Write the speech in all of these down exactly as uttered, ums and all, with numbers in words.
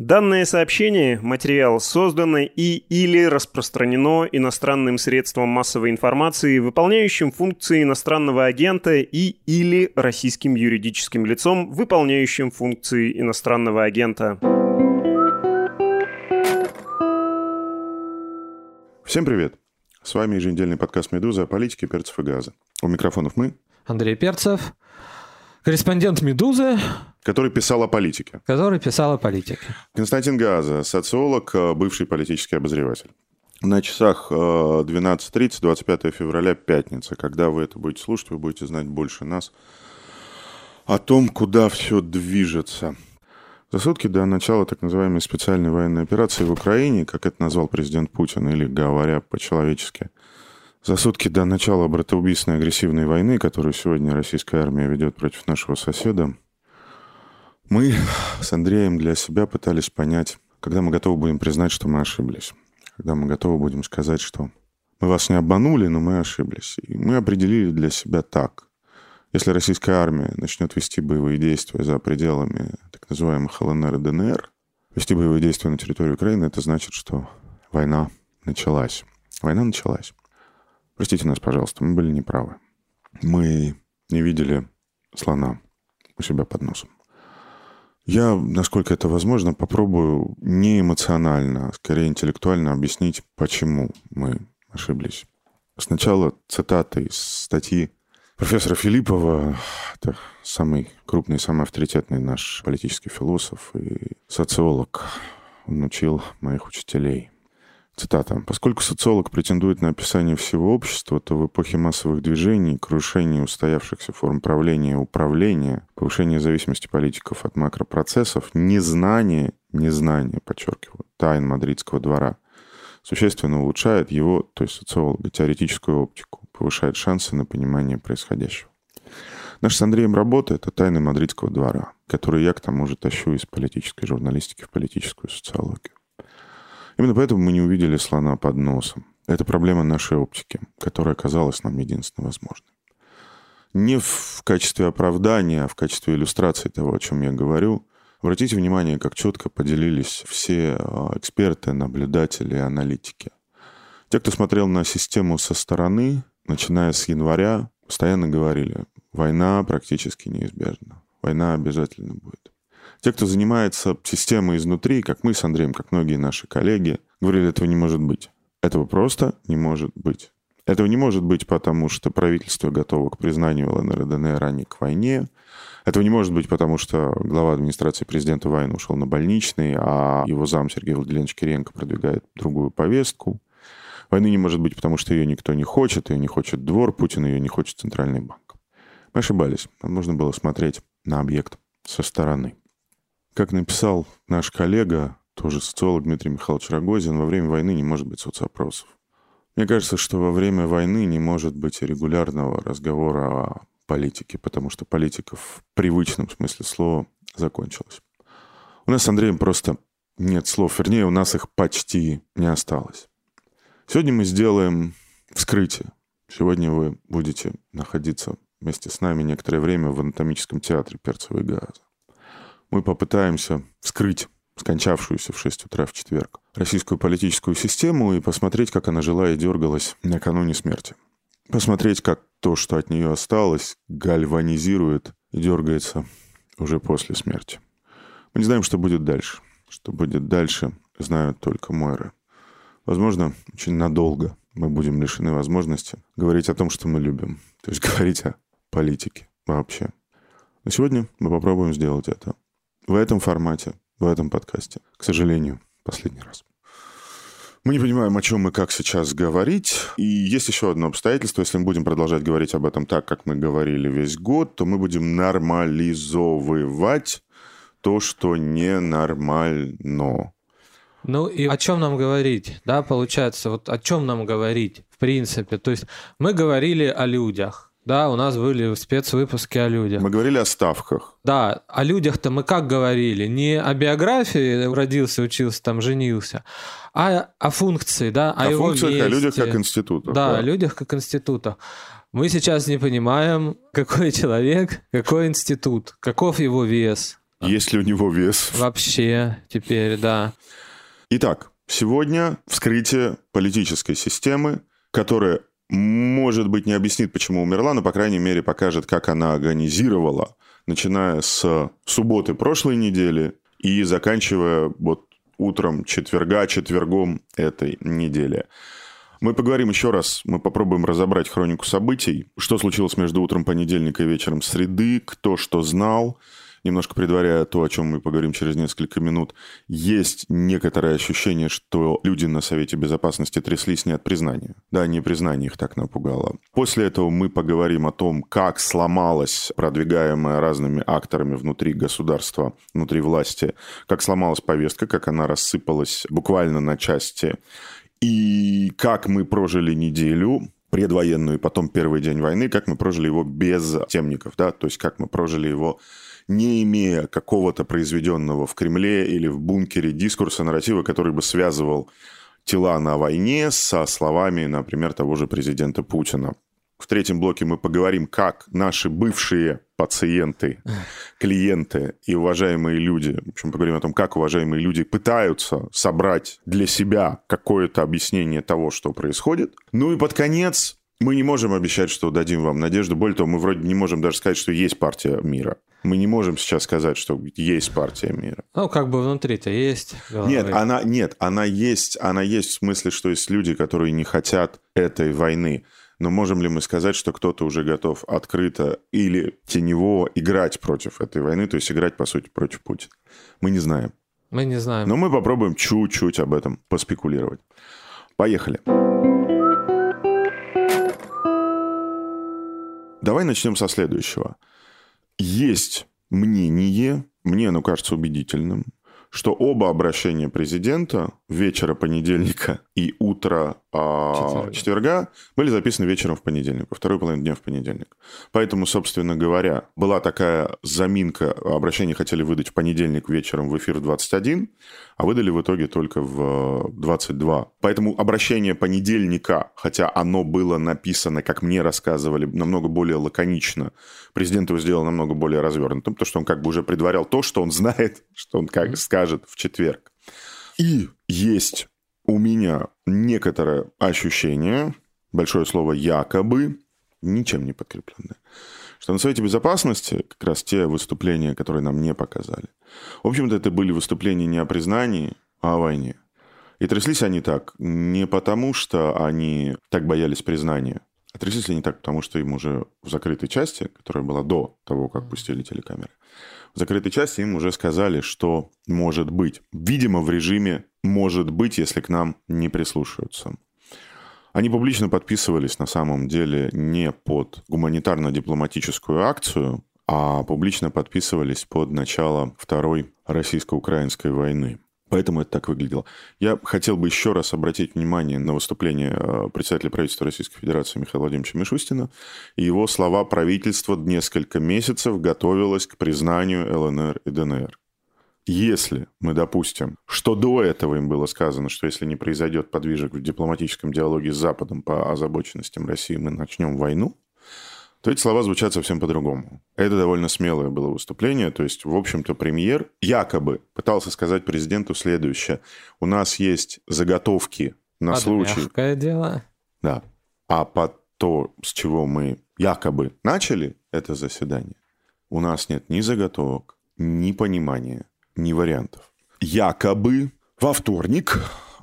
Данное сообщение, материал создано и или распространено иностранным средством массовой информации, выполняющим функции иностранного агента и или российским юридическим лицом, выполняющим функции иностранного агента. Всем привет! С вами еженедельный подкаст «Медуза» о политике, перцев и газа. У микрофонов мы, Андрей Перцев, корреспондент «Медузы», который писал о политике. Который писал о политике. Константин Газа, социолог, бывший политический обозреватель. На часах двенадцать тридцать, двадцать пятого февраля, пятница. Когда вы это будете слушать, вы будете знать больше нас о том, куда все движется. За сутки до начала так называемой специальной военной операции в Украине, как это назвал президент Путин, или говоря по-человечески, за сутки до начала братоубийственной агрессивной войны, которую сегодня российская армия ведет против нашего соседа, мы с Андреем для себя пытались понять, когда мы готовы будем признать, что мы ошиблись. Когда мы готовы будем сказать, что мы вас не обманули, но мы ошиблись. И мы определили для себя так. Если российская армия начнет вести боевые действия за пределами так называемых ЛНР и ДНР, вести боевые действия на территории Украины, это значит, что война началась. Война началась. Простите нас, пожалуйста, мы были неправы. Мы не видели слона у себя под носом. Я, насколько это возможно, попробую не эмоционально, а скорее интеллектуально объяснить, почему мы ошиблись. Сначала цитата из статьи профессора Филиппова, это самый крупный, самый авторитетный наш политический философ и социолог. Он учил моих учителей. Цитата. «Поскольку социолог претендует на описание всего общества, то в эпохе массовых движений, крушения устоявшихся форм правления и управления, повышения зависимости политиков от макропроцессов, незнание, незнание, подчеркиваю, тайн мадридского двора существенно улучшает его, то есть социолога, теоретическую оптику, повышает шансы на понимание происходящего. Наша с Андреем работа — это тайны мадридского двора, которые я, к тому же, тащу из политической журналистики в политическую социологию. Именно поэтому мы не увидели слона под носом. Это проблема нашей оптики, которая оказалась нам единственно возможной. Не в качестве оправдания, а в качестве иллюстрации того, о чем я говорю. Обратите внимание, как четко поделились все эксперты, наблюдатели и аналитики. Те, кто смотрел на систему со стороны, начиная с января, постоянно говорили: война практически неизбежна, война обязательно будет. Те, кто занимается системой изнутри, как мы с Андреем, как многие наши коллеги, говорили: этого не может быть. Этого просто не может быть. Этого не может быть, потому что правительство готово к признанию ЛНР и ДНР, а не к войне. Этого не может быть, потому что глава администрации президента Вайн ушел на больничный, а его зам Сергей Владимирович Кириенко продвигает другую повестку. Войны не может быть, потому что ее никто не хочет, ее не хочет двор Путина, ее не хочет Центральный банк. Мы ошибались. Нам нужно было смотреть на объект со стороны. Как написал наш коллега, тоже социолог Дмитрий Михайлович Рогозин, во время войны не может быть соцопросов. Мне кажется, что во время войны не может быть регулярного разговора о политике, потому что политика в привычном смысле слова закончилась. У нас с Андреем просто нет слов, вернее, у нас их почти не осталось. Сегодня мы сделаем вскрытие. Сегодня вы будете находиться вместе с нами некоторое время в анатомическом театре «Перцева и газа». Мы попытаемся вскрыть скончавшуюся в шесть утра в четверг российскую политическую систему и посмотреть, как она жила и дергалась накануне смерти. Посмотреть, как то, что от нее осталось, гальванизирует и дергается уже после смерти. Мы не знаем, что будет дальше. Что будет дальше, знают только Мойры. Возможно, очень надолго мы будем лишены возможности говорить о том, что мы любим. То есть говорить о политике вообще. Но сегодня мы попробуем сделать это. В этом формате, в этом подкасте, к сожалению, последний раз. Мы не понимаем, о чем и как сейчас говорить. И есть еще одно обстоятельство. Если мы будем продолжать говорить об этом так, как мы говорили весь год, то мы будем нормализовывать то, что ненормально. Ну и о чем нам говорить, да, получается, вот о чем нам говорить, в принципе. То есть мы говорили о людях. Да, у нас были спецвыпуски о людях. Мы говорили о ставках. Да, о людях-то мы как говорили? Не о биографии, родился, учился, там, женился, а о функции, да, о, о его функциях, месте. О людях как институтах. Да, да, о людях как институтах. Мы сейчас не понимаем, какой человек, какой институт, каков его вес. Есть ли у него вес? Вообще теперь, да. Итак, сегодня вскрытие политической системы, которая, может быть, не объяснит, почему умерла, но, по крайней мере, покажет, как она агонизировала, начиная с субботы прошлой недели и заканчивая вот утром четверга, четвергом этой недели. Мы поговорим еще раз, мы попробуем разобрать хронику событий, что случилось между утром понедельника и вечером среды, кто что знал, немножко предваряя то, о чем мы поговорим через несколько минут. Есть некоторое ощущение, что люди на Совете Безопасности тряслись не от признания. Да, не признание их так напугало. После этого мы поговорим о том, как сломалась продвигаемая разными акторами внутри государства, внутри власти, как сломалась повестка, как она рассыпалась буквально на части. И как мы прожили неделю предвоенную, и потом первый день войны, как мы прожили его без темников, да, то есть как мы прожили его, не имея какого-то произведенного в Кремле или в бункере дискурса, нарратива, который бы связывал тела на войне со словами, например, того же президента Путина. В третьем блоке мы поговорим, как наши бывшие пациенты, клиенты и уважаемые люди, в общем, поговорим о том, как уважаемые люди пытаются собрать для себя какое-то объяснение того, что происходит. Ну и под конец мы не можем обещать, что дадим вам надежду. Более того, мы вроде не можем даже сказать, что есть партия мира. Мы не можем сейчас сказать, что есть партия мира. Ну, как бы внутри-то есть. Головы. Нет, она, нет, она есть, она есть в смысле, что есть люди, которые не хотят этой войны. Но можем ли мы сказать, что кто-то уже готов открыто или тенево играть против этой войны, то есть играть, по сути, против Путина? Мы не знаем. Мы не знаем. Но мы попробуем чуть-чуть об этом поспекулировать. Поехали. Давай начнем со следующего. Есть мнение, мне оно кажется убедительным, что оба обращения президента вечера понедельника и утра а, четверга. четверга были записаны вечером в понедельник, во вторую половину дня в понедельник. Поэтому, собственно говоря, была такая заминка, обращение хотели выдать в понедельник вечером в эфир в двадцать один, а выдали в итоге только в двадцать два. Поэтому обращение понедельника, хотя оно было написано, как мне рассказывали, намного более лаконично, президент его сделал намного более развернутым, потому что он как бы уже предварял то, что он знает, что он как скажет в четверг. И есть у меня некоторое ощущение, большое слово «якобы», ничем не подкрепленное, что на Совете Безопасности как раз те выступления, которые нам не показали, в общем-то, это были выступления не о признании, а о войне. И тряслись они так не потому, что они так боялись признания, а тряслись они так, потому что им уже в закрытой части, которая была до того, как пустили телекамеры, в закрытой части им уже сказали, что может быть. Видимо, в режиме «может быть», если к нам не прислушаются. Они публично подписывались, на самом деле, не под гуманитарно-дипломатическую акцию, а публично подписывались под начало Второй российско-украинской войны. Поэтому это так выглядело. Я хотел бы еще раз обратить внимание на выступление председателя правительства Российской Федерации Михаила Владимировича Мишустина и его слова: правительство несколько месяцев готовилось к признанию ЛНР и ДНР. Если мы допустим, что до этого им было сказано, что если не произойдет подвижек в дипломатическом диалоге с Западом по озабоченностям России, мы начнем войну, то эти слова звучат совсем по-другому. Это довольно смелое было выступление. То есть, в общем-то, премьер якобы пытался сказать президенту следующее. У нас есть заготовки на Под случай... мягкое дело. Да. А под то, с чего мы якобы начали это заседание, у нас нет ни заготовок, ни понимания, ни вариантов. Якобы во вторник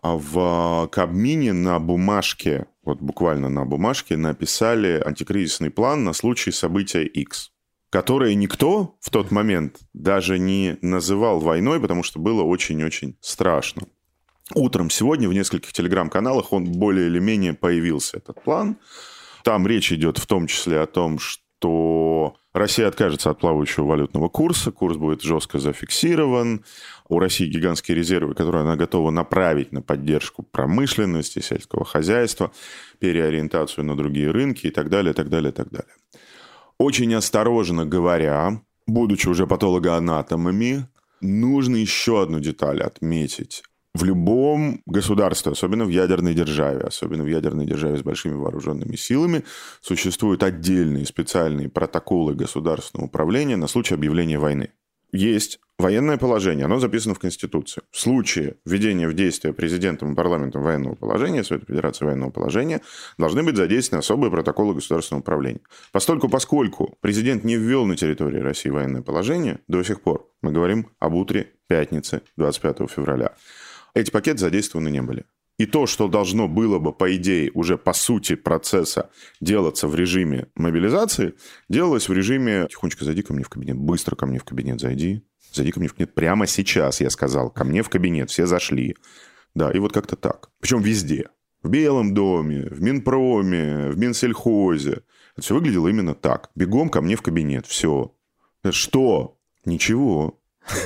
в Кабмине на бумажке, вот буквально на бумажке, написали антикризисный план на случай события X, которое никто в тот момент даже не называл войной, потому что было очень-очень страшно. Утром сегодня в нескольких телеграм-каналах он более или менее появился, этот план. Там речь идет в том числе о том, что Россия откажется от плавающего валютного курса, курс будет жестко зафиксирован, у России гигантские резервы, которые она готова направить на поддержку промышленности, сельского хозяйства, переориентацию на другие рынки и так далее, так далее, так далее. Очень осторожно говоря, будучи уже патологоанатомами, нужно еще одну деталь отметить. В любом государстве, особенно в ядерной державе, особенно в ядерной державе с большими вооруженными силами, существуют отдельные специальные протоколы государственного управления на случай объявления войны. Есть Военное положение, оно записано в Конституции. В случае введения в действие президентом и парламентом военного положения, Совета Федерации военного положения, должны быть задействованы особые протоколы государственного управления. Постольку, поскольку президент не ввел на территории России военное положение, до сих пор мы говорим об утре пятницы двадцать пятого февраля. Эти пакеты задействованы не были. И то, что должно было бы, по идее, уже по сути процесса делаться в режиме мобилизации, делалось в режиме «тихонечко зайди ко мне в кабинет, быстро ко мне в кабинет зайди». Зайди ко мне в кабинет прямо сейчас, я сказал. Ко мне в кабинет, все зашли. Да, и вот как-то так. Причем везде. В Белом доме, в Минпроме, в Минсельхозе. Это все выглядело именно так. Бегом ко мне в кабинет. Все. Что? Ничего.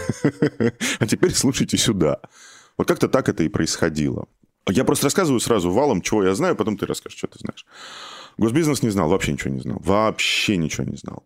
А теперь слушайте сюда. Вот как-то так это и происходило. Я просто рассказываю сразу валом, чего я знаю, потом ты расскажешь, что ты знаешь. Госбизнес не знал, вообще ничего не знал. Вообще ничего не знал.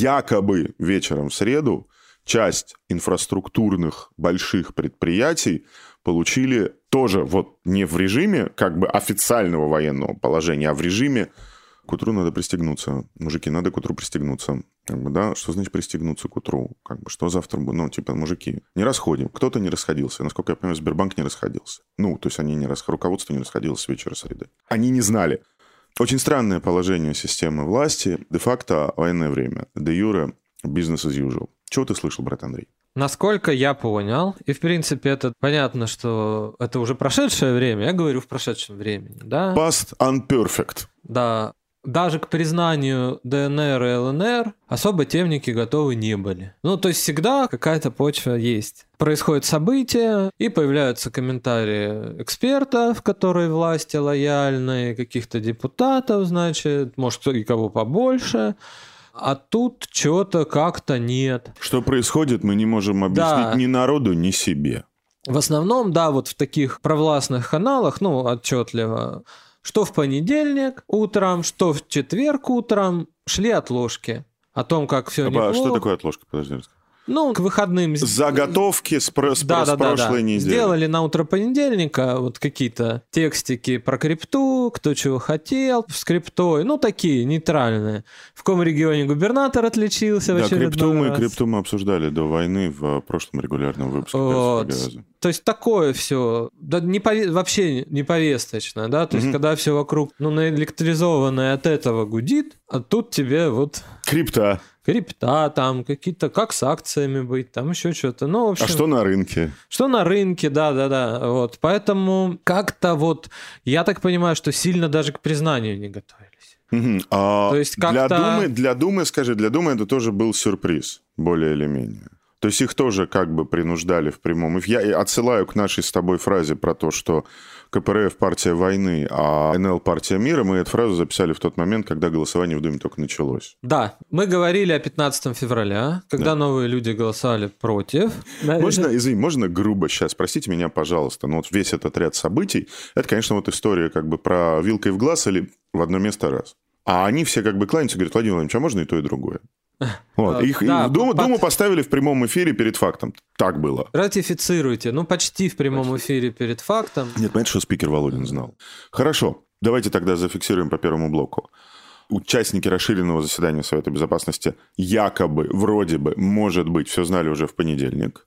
Якобы вечером в среду часть инфраструктурных больших предприятий получили тоже вот не в режиме как бы официального военного положения, а в режиме к утру надо пристегнуться. Мужики, надо к утру пристегнуться. Как бы, да? Что значит пристегнуться к утру? Как бы, что завтра будет? Ну, типа, мужики, не расходим. Кто-то не расходился. Насколько я понимаю, Сбербанк не расходился. Ну, то есть они не рас... руководство не расходилось с вечера среды. Они не знали. Очень странное положение системы власти. Де-факто военное время. Де-юре business as usual. Чего ты слышал, брат Андрей? Насколько я понял, и в принципе это понятно, что это уже прошедшее время, я говорю в прошедшем времени, да? Past unperfect. Да. Даже к признанию ДНР и ЛНР особо темники готовы не были. Ну, то есть всегда какая-то почва есть. Происходят события, и появляются комментарии экспертов, которые власти лояльны, каких-то депутатов, значит, может, и кого побольше. А тут чего-то как-то нет. Что происходит, мы не можем объяснить да. ни народу, ни себе. В основном, да, вот в таких провластных каналах, ну, отчетливо, что в понедельник утром, что в четверг утром шли отложки о том, как все а неплохо. Что такое отложка? Подожди, расскажи. Ну, к выходным... Заготовки с, про... да, с да, прошлой да, да. недели. Сделали на утро понедельника вот какие-то текстики про крипту, кто чего хотел с криптой, ну, такие нейтральные. В каком регионе губернатор отличился в да, очередной крипту мы, раз. крипту мы обсуждали до войны в прошлом регулярном выпуске. Вот. То есть такое все, да, не пове... вообще не повесточно, да, то есть угу. когда все вокруг, ну, наэлектризованное от этого гудит, а тут тебе вот... Крипта. Крипта, там какие-то, как с акциями быть, там еще что-то. Ну, в общем, а что на рынке? Что на рынке, да-да-да. Вот. Поэтому как-то вот, я так понимаю, что сильно даже к признанию не готовились. Угу. А То есть для, Думы, для Думы, скажи, для Думы это тоже был сюрприз, более или менее. То есть их тоже как бы принуждали в прямом эфире. Я отсылаю к нашей с тобой фразе про то, что КПРФ партия войны, а эн эл партия мира. Мы эту фразу записали в тот момент, когда голосование в Думе только началось. Да, мы говорили о пятнадцатого февраля, когда да. новые люди голосовали против. Можно, извини, можно грубо сейчас, простите меня, пожалуйста, но вот весь этот ряд событий, это, конечно, вот история как бы про вилкой в глаз или в одно место раз. А они все как бы кланяются и говорят: Владимир Владимирович, а можно и то, и другое? Вот. Их, да, их Думу, под... Думу поставили в прямом эфире перед фактом. Так было. Ратифицируйте. Ну, почти в прямом почти. эфире перед фактом. Нет, понимаете, что спикер Володин знал. Хорошо, давайте тогда зафиксируем по первому блоку. Участники расширенного заседания Совета Безопасности якобы, вроде бы, может быть, все знали уже в понедельник.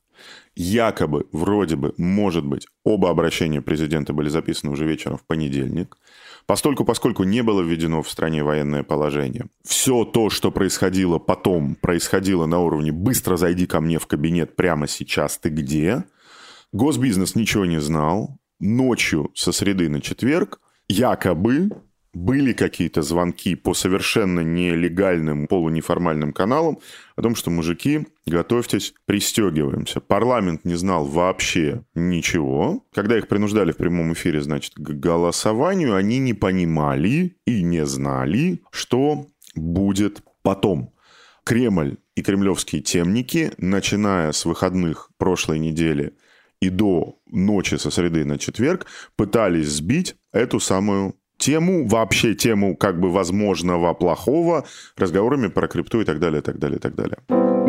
Якобы, вроде бы, может быть, оба обращения президента были записаны уже вечером в понедельник. Постольку, поскольку не было введено в стране военное положение, все то, что происходило потом, происходило на уровне «быстро зайди ко мне в кабинет прямо сейчас, ты где?». Госбизнес ничего не знал. Ночью со среды на четверг якобы были какие-то звонки по совершенно нелегальным, полунеформальным каналам о том, что, мужики, готовьтесь, пристегиваемся. Парламент не знал вообще ничего. Когда их принуждали в прямом эфире, значит, к голосованию, они не понимали и не знали, что будет потом. Кремль и кремлевские темники, начиная с выходных прошлой недели и до ночи со среды на четверг, пытались сбить эту самую тему, вообще тему как бы возможного плохого, разговорами про крипту и так далее, и так далее, и так далее.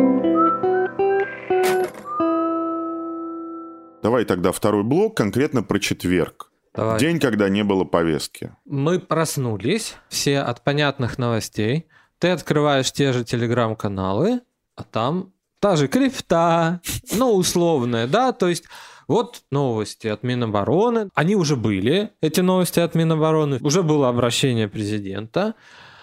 Давай тогда второй блок конкретно про четверг. Давай. День, когда не было повестки. Мы проснулись все от понятных новостей. Ты открываешь те же телеграм-каналы, а там та же крипта, ну, условная, да, то есть вот новости от Минобороны, они уже были, эти новости от Минобороны, уже было обращение президента,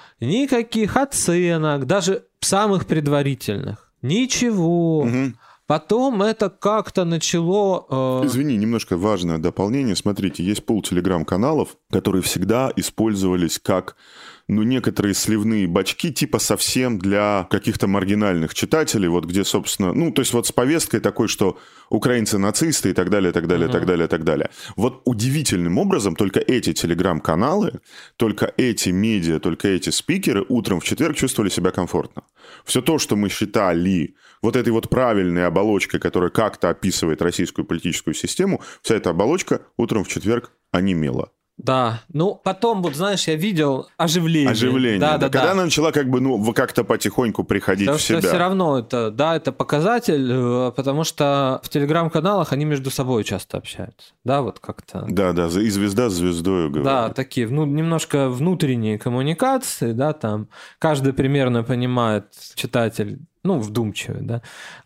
никаких оценок, даже самых предварительных, ничего. Угу. Потом это как-то начало... Э... Извини, немножко важное дополнение. Смотрите, есть пул телеграм-каналов, которые всегда использовались как... ну, некоторые сливные бачки, типа совсем для каких-то маргинальных читателей, вот где, собственно, ну, то есть вот с повесткой такой, что украинцы нацисты и так далее, так далее, uh-huh. так далее, так далее. Вот удивительным образом только эти телеграм-каналы, только эти медиа, только эти спикеры утром в четверг чувствовали себя комфортно. Все то, что мы считали вот этой вот правильной оболочкой, которая как-то описывает российскую политическую систему, вся эта оболочка утром в четверг онемела. Да, ну потом, вот знаешь, я видел оживление. Оживление, да, да, да. Когда да. она начала как бы, ну, как-то потихоньку приходить потому в себя. Потому что все равно это, да, это показатель, потому что в телеграм-каналах они между собой часто общаются, да, вот как-то. Да, да, и звезда с звездой говорит. Да, такие, ну, немножко внутренние коммуникации, да, там, каждый примерно понимает, читатель, ну, вдумчивый, да.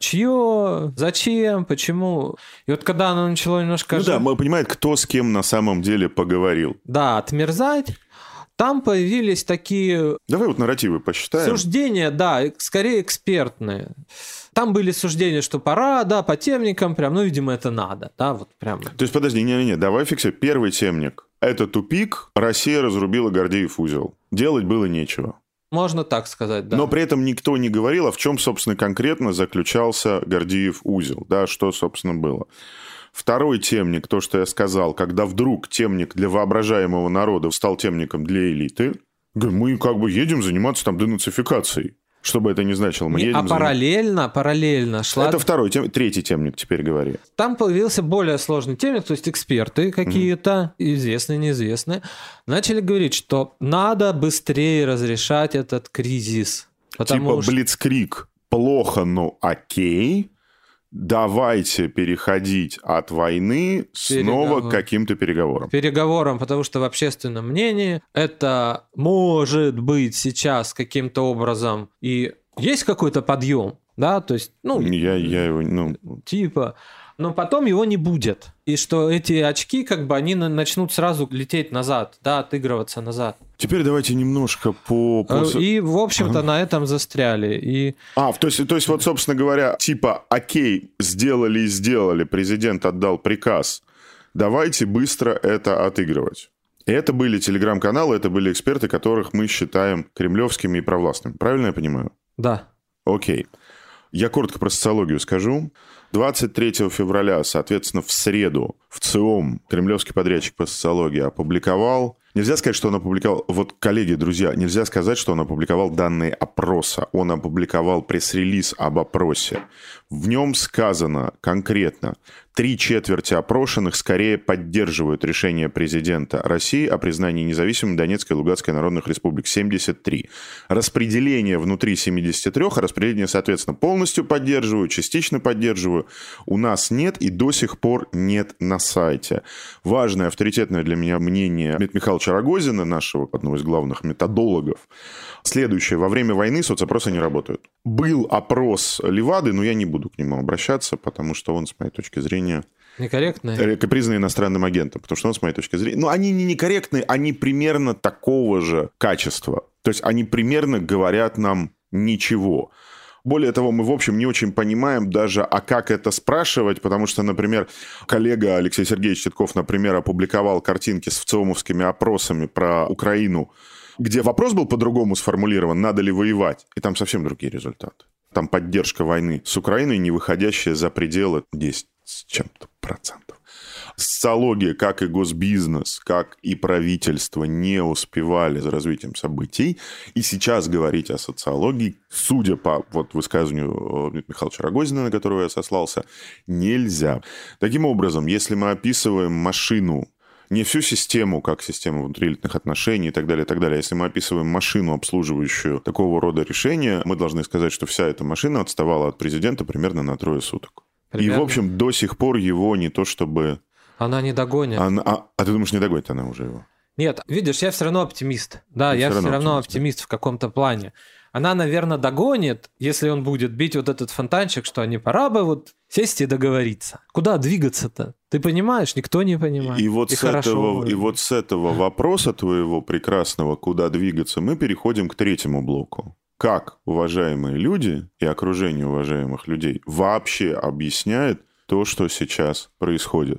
Чье, зачем, почему. И вот когда оно начало немножко... Ну жить, да, мы понимаем, кто с кем на самом деле поговорил. Да, отмерзать. Там появились такие... Давай вот нарративы посчитаем. Суждения, да, скорее экспертные. Там были суждения, что пора, да, по темникам прям, ну, видимо, это надо, да, вот прям. То есть, подожди, не-не-не, давай фиксируем. Первый темник. Это тупик, Россия разрубила Гордеев узел. Делать было нечего. Можно так сказать, да. Но при этом никто не говорил, а в чем, собственно, конкретно заключался Гордеев узел, да, что, собственно, было. Второй темник, то, что я сказал, когда вдруг темник для воображаемого народа стал темником для элиты, мы как бы едем заниматься там денацификацией. Что бы это ни значило, мы не, едем... А параллельно, заниматься. параллельно шла... Это второй, тем... третий темник, теперь говори. Там появился более сложный темник, то есть эксперты какие-то, mm-hmm. известные, неизвестные, начали говорить, что надо быстрее разрешать этот кризис. Типа что... блицкриг. Плохо, но окей. Давайте переходить от войны снова Переговор. к каким-то переговорам. Переговорам, потому что в общественном мнении это может быть сейчас каким-то образом и есть какой-то подъем, да, то есть, ну, я, я его, ну, типа, но потом его не будет. И что эти очки, как бы, они начнут сразу лететь назад, да, отыгрываться назад. Теперь давайте немножко по... по... И, в общем-то, ага. на этом застряли. И... А, то есть, то есть, вот, собственно говоря, типа, окей, сделали и сделали, президент отдал приказ, давайте быстро это отыгрывать. И это были телеграм-каналы, это были эксперты, которых мы считаем кремлевскими и провластными. Правильно я понимаю? Да. Окей. Я коротко про социологию скажу. двадцать третьего февраля, соответственно, в среду в ЦИОМ, кремлевский подрядчик по социологии, опубликовал... Нельзя сказать, что он опубликовал... Вот, коллеги, друзья, нельзя сказать, что он опубликовал данные опроса. Он опубликовал пресс-релиз об опросе. В нем сказано конкретно, три четверти опрошенных скорее поддерживают решение президента России о признании независимой Донецкой и Луганской народных республик. семьдесят три. Распределение внутри семьдесят три, а распределение, соответственно, полностью поддерживаю, частично поддерживаю. У нас нет и до сих пор нет на сайте. Важное, авторитетное для меня мнение Дмитрия Михайловича Рогозина, нашего одного из главных методологов. Следующее. Во время войны соцопросы не работают. Был опрос Левады, но я не буду к нему обращаться, потому что он, с моей точки зрения... Некорректный. Признан иностранным агентом, потому что он, с моей точки зрения... Ну, они не некорректные, они примерно такого же качества. То есть они примерно говорят нам ничего. Более того, мы, в общем, не очень понимаем даже, а как это спрашивать, потому что, например, коллега Алексей Сергеевич Титков, например, опубликовал картинки с ВЦИОМовскими опросами про Украину, где вопрос был по-другому сформулирован, надо ли воевать, и там совсем другие результаты. Там поддержка войны с Украиной, не выходящая за пределы десять с чем-то процентов. Социология, как и госбизнес, как и правительство не успевали за развитием событий. И сейчас говорить о социологии, судя по вот высказыванию Дмитрия Михайловича Рогозина, на которого я сослался, нельзя. Таким образом, если мы описываем машину, не всю систему, как систему внутриэлитных отношений и так далее, и так далее. Если мы описываем машину, обслуживающую такого рода решения, мы должны сказать, что вся эта машина отставала от президента примерно на трое суток. Примерно. И, в общем, до сих пор его не то чтобы... Она не догонит. Она... А, а ты думаешь, не догонит она уже его? Нет, видишь, я все равно оптимист. Да, ты я все равно, все равно оптимист, оптимист в каком-то плане. она, наверное, догонит, если он будет бить вот этот фонтанчик, что не пора бы вот сесть и договориться. Куда двигаться-то? Ты понимаешь? Никто не понимает. И вот, и, с этого, и вот с этого вопроса твоего прекрасного «куда двигаться» мы переходим к третьему блоку. Как уважаемые люди и окружение уважаемых людей вообще объясняет то, что сейчас происходит?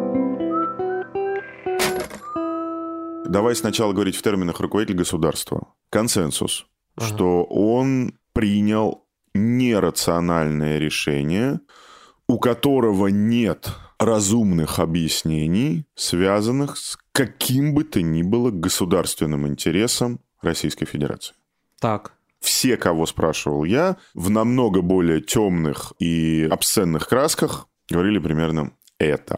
Давай сначала говорить в терминах руководитель государства. Консенсус, ага. что он принял нерациональное решение, у которого нет разумных объяснений, связанных с каким бы то ни было государственным интересом Российской Федерации. Так. Все, кого спрашивал я, в намного более темных и обсценных красках говорили примерно это.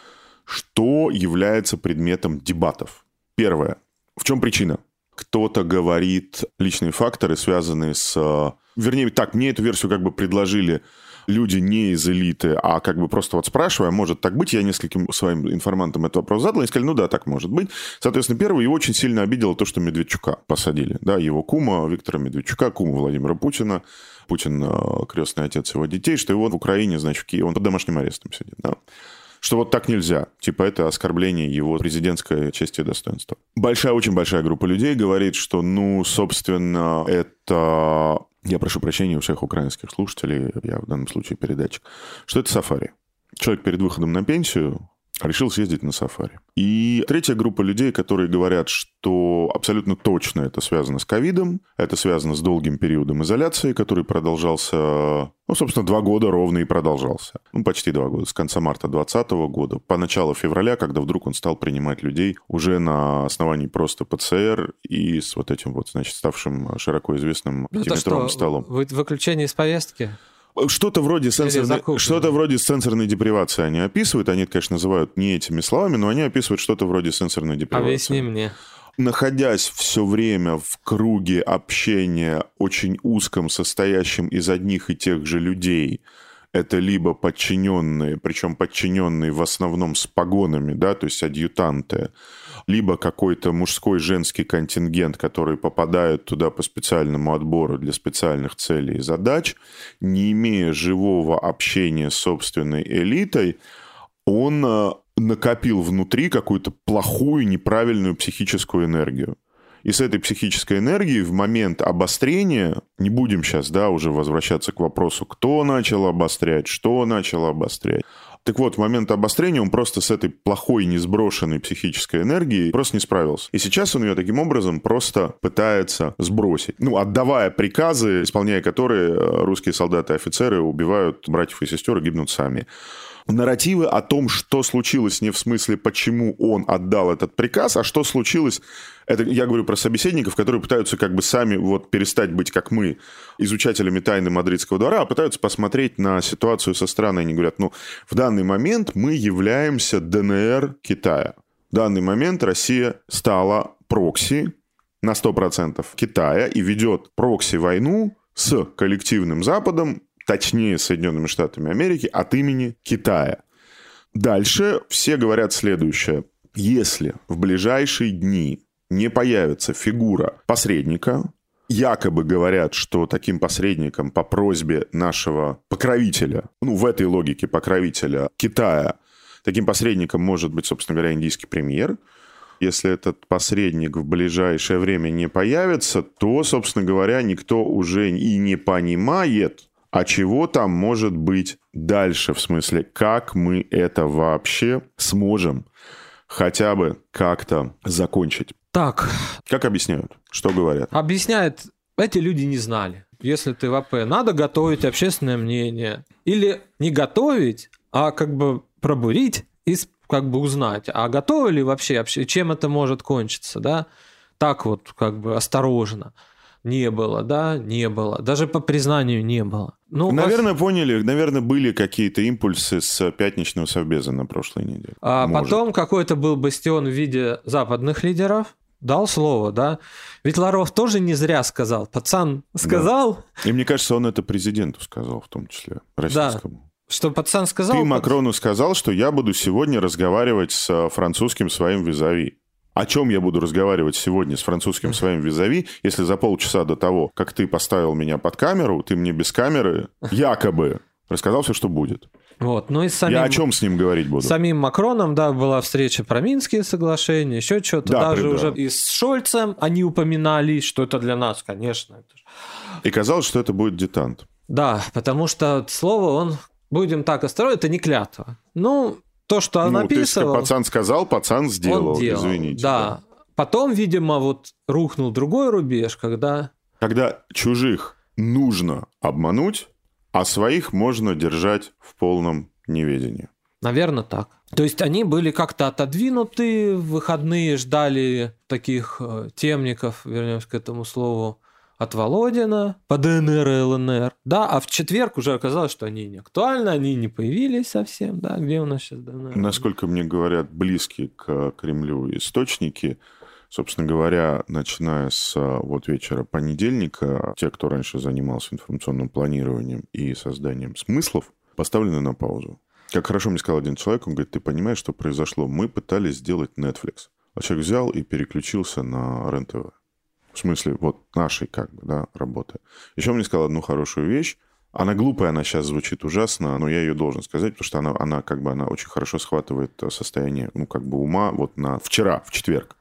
Что является предметом дебатов? Первое. В чем причина? Кто-то говорит личные факторы, связанные с... Вернее, так, мне эту версию как бы предложили люди не из элиты, а как бы просто вот спрашивая, может так быть, я нескольким своим информантам этот вопрос задал, и сказали, ну да, так может быть. Соответственно, первый, его очень сильно обидело то, что Медведчука посадили. Да, его кума Виктора Медведчука, кума Владимира Путина, Путин крестный отец его детей, что его в Украине, значит, в Киеве, он под домашним арестом сидит, да. Что вот так нельзя. Типа это оскорбление его президентской чести и достоинства. Большая, очень большая группа людей говорит, что, ну, собственно, это... Я прошу прощения у всех украинских слушателей, я в данном случае передатчик, что это сафари. Человек перед выходом на пенсию решил съездить на сафари. И третья группа людей, которые говорят, что абсолютно точно это связано с ковидом, это связано с долгим периодом изоляции, который продолжался, ну, собственно, два года ровно и продолжался. Ну, почти два года, с конца марта двадцатого года по начало февраля, когда вдруг он стал принимать людей уже на основании просто ПЦР и с вот этим вот, значит, ставшим широко известным пятиметровым столом. Вы- выключение из повестки? Что-то вроде, сенсорной, что-то вроде сенсорной депривации они описывают. Они это, конечно, называют не этими словами, но они описывают что-то вроде сенсорной депривации. Объясни мне. Находясь все время в круге общения очень узком, состоящем из одних и тех же людей, это либо подчиненные, причем подчиненные в основном с погонами, да, то есть адъютанты, либо какой-то мужской женский контингент, который попадает туда по специальному отбору для специальных целей и задач, не имея живого общения с собственной элитой, он накопил внутри какую-то плохую, неправильную психическую энергию. И с этой психической энергией в момент обострения, не будем сейчас, да, уже возвращаться к вопросу, кто начал обострять, что начал обострять. Так вот, в момент обострения он просто с этой плохой, несброшенной психической энергией просто не справился. И сейчас он ее таким образом просто пытается сбросить. Ну, отдавая приказы, исполняя которые русские солдаты и офицеры убивают братьев и сестер и гибнут сами. Нарративы о том, что случилось, не в смысле, почему он отдал этот приказ, а что случилось, это я говорю про собеседников, которые пытаются как бы сами вот перестать быть, как мы, изучателями тайны Мадридского двора, а пытаются посмотреть на ситуацию со стороны. Они говорят, ну, в данный момент мы являемся ДНР Китая. В данный момент Россия стала прокси на сто процентов Китая и ведет прокси-войну с коллективным Западом, точнее, Соединенными Штатами Америки, от имени Китая. Дальше все говорят следующее. Если в ближайшие дни не появится фигура посредника, якобы говорят, что таким посредником по просьбе нашего покровителя, ну, в этой логике покровителя Китая, таким посредником может быть, собственно говоря, индийский премьер. Если этот посредник в ближайшее время не появится, то, собственно говоря, никто уже и не понимает, а чего там может быть дальше, в смысле, как мы это вообще сможем хотя бы как-то закончить. Так. Как объясняют? Что говорят? Объясняют, эти люди не знали. Если ты в АП, надо готовить общественное мнение. Или не готовить, а как бы пробурить и как бы узнать, а готовы ли вообще, чем это может кончиться, да? Так вот, как бы осторожно. Не было, да, не было. Даже по признанию не было. Ну, наверное, вас... поняли, наверное, были какие-то импульсы с пятничного совбеза на прошлой неделе. А Может. Потом какой-то был бастион в виде западных лидеров, дал слово, да. Ведь Лавров тоже не зря сказал. Пацан сказал... Да. И мне кажется, он это президенту сказал, в том числе, российскому. Да. Что пацан сказал... Ты Макрону сказал, что я буду сегодня разговаривать с французским своим визави. о чем я буду разговаривать сегодня с французским своим визави, если за полчаса до того, как ты поставил меня под камеру, ты мне без камеры якобы рассказал все, что будет. Вот. Ну и с самим, я о чем с ним говорить буду? С самим Макроном, да, была встреча про Минские соглашения, еще что-то. Да, Даже да. уже и с Шольцем они упоминали, что это для нас, конечно. Это... И казалось, что это будет детант. Да, потому что слово он, будем так осторожны, это не клятва. Ну, то, что он ну, написывал... Ты, пацан сказал, пацан сделал, он делал, извините. Да. да. Потом, видимо, вот рухнул другой рубеж, когда... Когда чужих нужно обмануть, а своих можно держать в полном неведении. Наверное, так. То есть они были как-то отодвинуты, в выходные ждали таких э, темников, вернемся к этому слову, от Володина по ДНР и ЛНР. Да, а в четверг уже оказалось, что они не актуальны, они не появились совсем. Да, где у нас сейчас ДНР? Насколько мне говорят близкие к Кремлю источники, собственно говоря, начиная с вот вечера понедельника, те, кто раньше занимался информационным планированием и созданием смыслов, поставлены на паузу. Как хорошо мне сказал один человек, он говорит, ты понимаешь, что произошло? Мы пытались сделать Netflix. А человек взял и переключился на РЕН-ТВ. В смысле, вот нашей как бы, да, работы. Еще он мне сказал одну хорошую вещь. Она глупая, она сейчас звучит ужасно, но я ее должен сказать, потому что она, она как бы она очень хорошо схватывает состояние, ну, как бы ума вот на вчера, в четверг.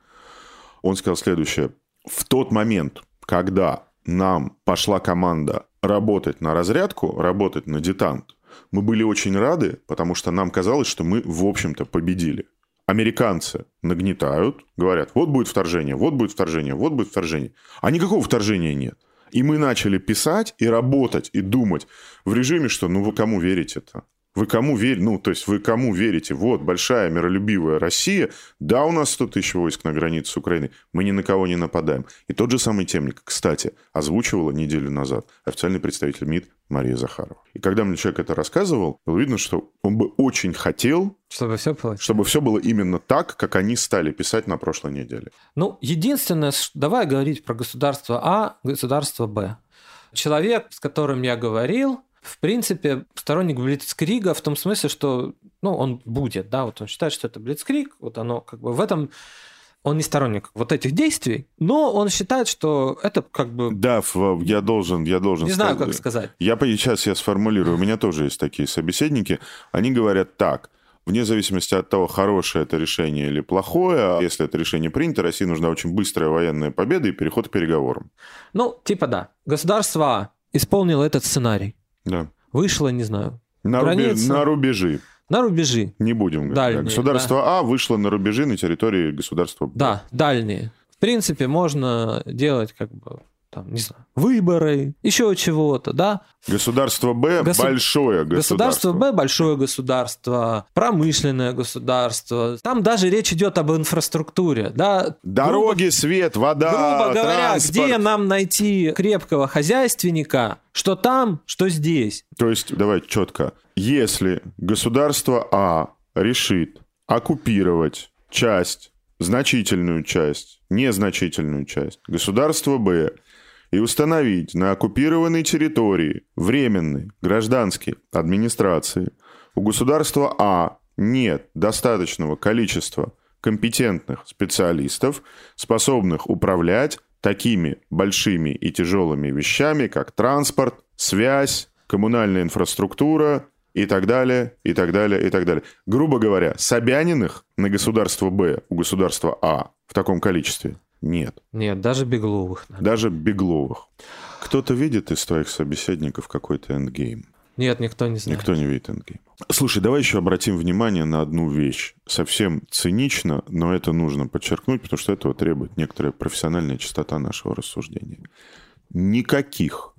Он сказал следующее. В тот момент, когда нам пошла команда работать на разрядку, работать на детант, мы были очень рады, потому что нам казалось, что мы, в общем-то, победили. Американцы нагнетают, говорят, вот будет вторжение, вот будет вторжение, вот будет вторжение. А никакого вторжения нет. И мы начали писать и работать, и думать в режиме, что ну вы кому верите-то? Вы кому верите? Ну, то есть вы кому верите? Вот, большая миролюбивая Россия. Да, у нас сто тысяч войск на границе с Украиной. Мы ни на кого не нападаем. И тот же самый темник, кстати, озвучивала неделю назад официальный представитель МИД Мария Захарова. И когда мне человек это рассказывал, было видно, что он бы очень хотел, чтобы все получилось. Чтобы все было именно так, как они стали писать на прошлой неделе. Ну, единственное, давай говорить про государство А, государство Б. Человек, с которым я говорил, в принципе, сторонник блицкрига в том смысле, что ну, он будет, да, вот он считает, что это блицкриг, вот оно как бы в этом... Он не сторонник вот этих действий, но он считает, что это как бы... Да, я должен, я должен не сказать. знаю, как сказать. Я сейчас я сформулирую. У меня тоже есть такие собеседники. Они говорят так. Вне зависимости от того, хорошее это решение или плохое, а если это решение принято, России нужна очень быстрая военная победа и переход к переговорам. Ну, типа да. Государство А исполнило этот сценарий. Да. Вышло, не знаю, на, рубеж, на рубежи. На рубежи. Не будем говорить. Дальние, Государство да. А вышло на рубежи на территории государства Б. Да, дальние. В принципе, можно делать как бы, там, не знаю, выборы, еще чего-то, да. Государство Б Госу... большое государство. Государство Б большое государство, промышленное государство. Там даже речь идет об инфраструктуре, да. Дороги, грубо, свет, вода, грубо говоря, транспорт. где нам найти крепкого хозяйственника, что там, что здесь. То есть, давай четко. Если государство А решит оккупировать часть, значительную часть, незначительную часть государства Б и установить на оккупированной территории временной гражданской администрации, у государства А нет достаточного количества компетентных специалистов, способных управлять такими большими и тяжелыми вещами, как транспорт, связь, коммунальная инфраструктура и так далее, и так далее, и так далее. Грубо говоря, Собяниных на государство Б у государства А в таком количестве нет. Нет, даже Бегловых. Наверное. Даже Бегловых. Кто-то видит из твоих собеседников какой-то эндгейм? Нет, никто не знает. Никто не видит эндгейм. Слушай, давай еще обратим внимание на одну вещь. Совсем цинично, но это нужно подчеркнуть, потому что этого требует некоторая профессиональная чистота нашего рассуждения. Никаких,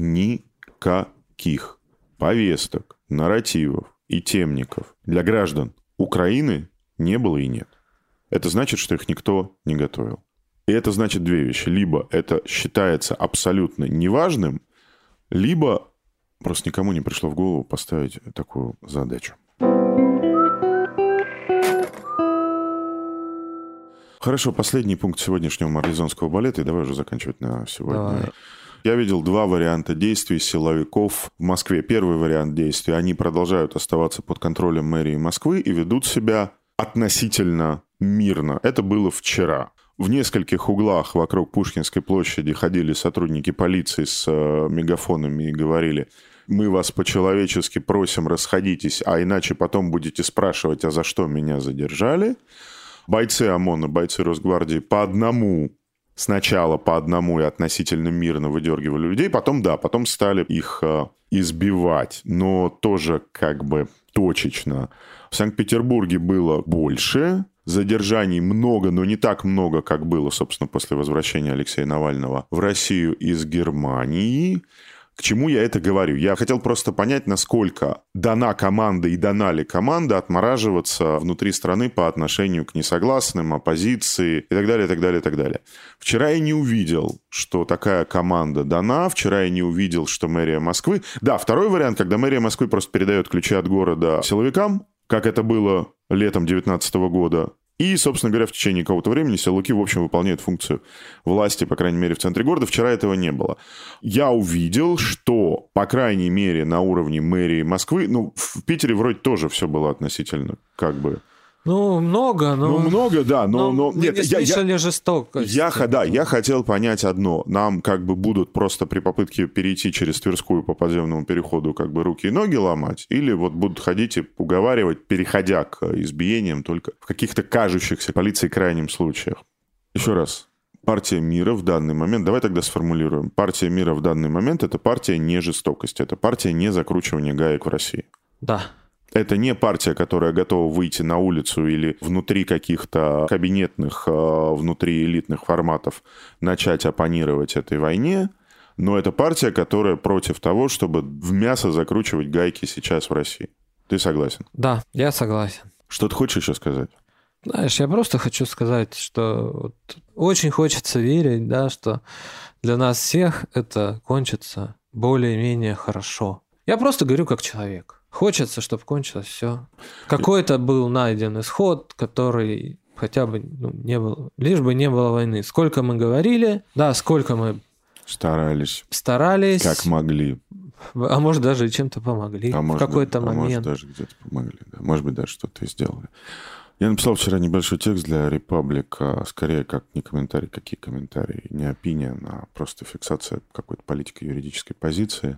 никаких повесток, нарративов и темников для граждан Украины не было и нет. Это значит, что их никто не готовил. И это значит две вещи. Либо это считается абсолютно неважным, либо просто никому не пришло в голову поставить такую задачу. Хорошо, последний пункт сегодняшнего марлезонского балета, и давай уже заканчивать на сегодня. Давай. Я видел два варианта действий силовиков в Москве. Первый вариант действий. Они продолжают оставаться под контролем мэрии Москвы и ведут себя относительно мирно. Это было вчера. В нескольких углах вокруг Пушкинской площади ходили сотрудники полиции с э, мегафонами и говорили: мы вас по-человечески просим, расходитесь, а иначе потом будете спрашивать, а за что меня задержали. Бойцы ОМОНа, бойцы Росгвардии по одному, сначала по одному и относительно мирно выдергивали людей, потом, да, потом стали их э, избивать, но тоже как бы точечно. В Санкт-Петербурге было больше, задержаний много, но не так много, как было, собственно, после возвращения Алексея Навального в Россию из Германии. К чему я это говорю? Я хотел просто понять, насколько дана команда и дана ли команда отмораживаться внутри страны по отношению к несогласным, оппозиции и так далее, и так далее, и так далее. Вчера я не увидел, что такая команда дана. Вчера я не увидел, что мэрия Москвы... Да, второй вариант, когда мэрия Москвы просто передает ключи от города силовикам, как это было летом две тысячи девятнадцатого года. И, собственно говоря, в течение какого-то времени силовики, в общем, выполняют функцию власти, по крайней мере, в центре города. Вчера этого не было. Я увидел, что, по крайней мере, на уровне мэрии Москвы, ну, в Питере вроде тоже все было относительно как бы... Ну, много, но... Ну, много, да, но... но, но... Мы Нет, не я, слышали я, жестокость. Я, да, я хотел понять одно. Нам как бы будут просто при попытке перейти через Тверскую по подземному переходу как бы руки и ноги ломать, или вот будут ходить и уговаривать, переходя к избиениям только в каких-то кажущихся полиции крайним случаях. Еще раз. Партия мира в данный момент, давай тогда сформулируем. Партия мира в данный момент – это партия не жестокости, это партия не закручивания гаек в России. Да. Это не партия, которая готова выйти на улицу или внутри каких-то кабинетных, внутри элитных форматов начать оппонировать этой войне, но это партия, которая против того, чтобы в мясо закручивать гайки сейчас в России. Ты согласен? Да, я согласен. Что ты хочешь еще сказать? Знаешь, я просто хочу сказать, что вот очень хочется верить, да, что для нас всех это кончится более-менее хорошо. Я просто говорю как человек. Хочется, чтобы кончилось все. Какой-то был найден исход, который хотя бы ну, не был, лишь бы не было войны. Сколько мы говорили, да, сколько мы старались, старались, как могли, а может даже и чем-то помогли а в может, какой-то а момент. Может даже где-то помогли, да. Может быть даже что-то и сделали. Я написал вчера небольшой текст для Republic, скорее как не комментарий, какие комментарии, не opinion, а просто фиксация какой-то политико-юридической позиции.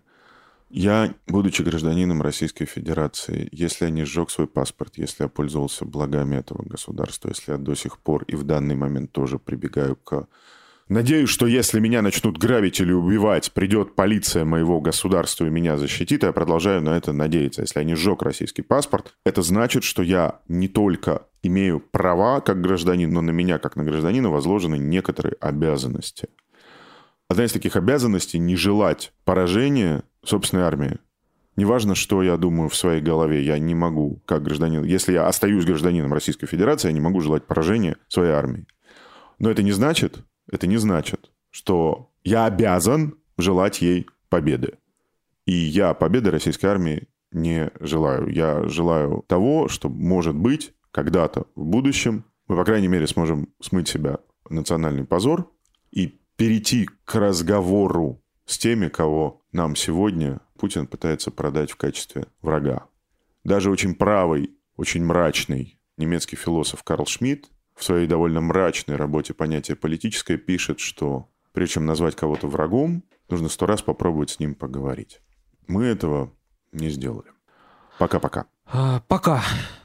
Я, будучи гражданином Российской Федерации, если я не сжег свой паспорт, если я пользовался благами этого государства, если я до сих пор и в данный момент тоже прибегаю к... Надеюсь, что если меня начнут грабить или убивать, придет полиция моего государства и меня защитит, я продолжаю на это надеяться. Если я не сжег российский паспорт, это значит, что я не только имею права как гражданин, но на меня как на гражданина возложены некоторые обязанности. Одна из таких обязанностей – не желать поражения собственной армии. Неважно, что я думаю в своей голове, я не могу, как гражданин... Если я остаюсь гражданином Российской Федерации, я не могу желать поражения своей армии. Но это не значит, это не значит, что я обязан желать ей победы. И я победы российской армии не желаю. Я желаю того, что, может быть, когда-то в будущем мы, по крайней мере, сможем смыть с себя национальный позор и перейти к разговору с теми, кого нам сегодня Путин пытается продать в качестве врага. Даже очень правый, очень мрачный немецкий философ Карл Шмидт в своей довольно мрачной работе «Понятие политическое» пишет, что прежде чем назвать кого-то врагом, нужно сто раз попробовать с ним поговорить. Мы этого не сделали. Пока-пока. А, пока.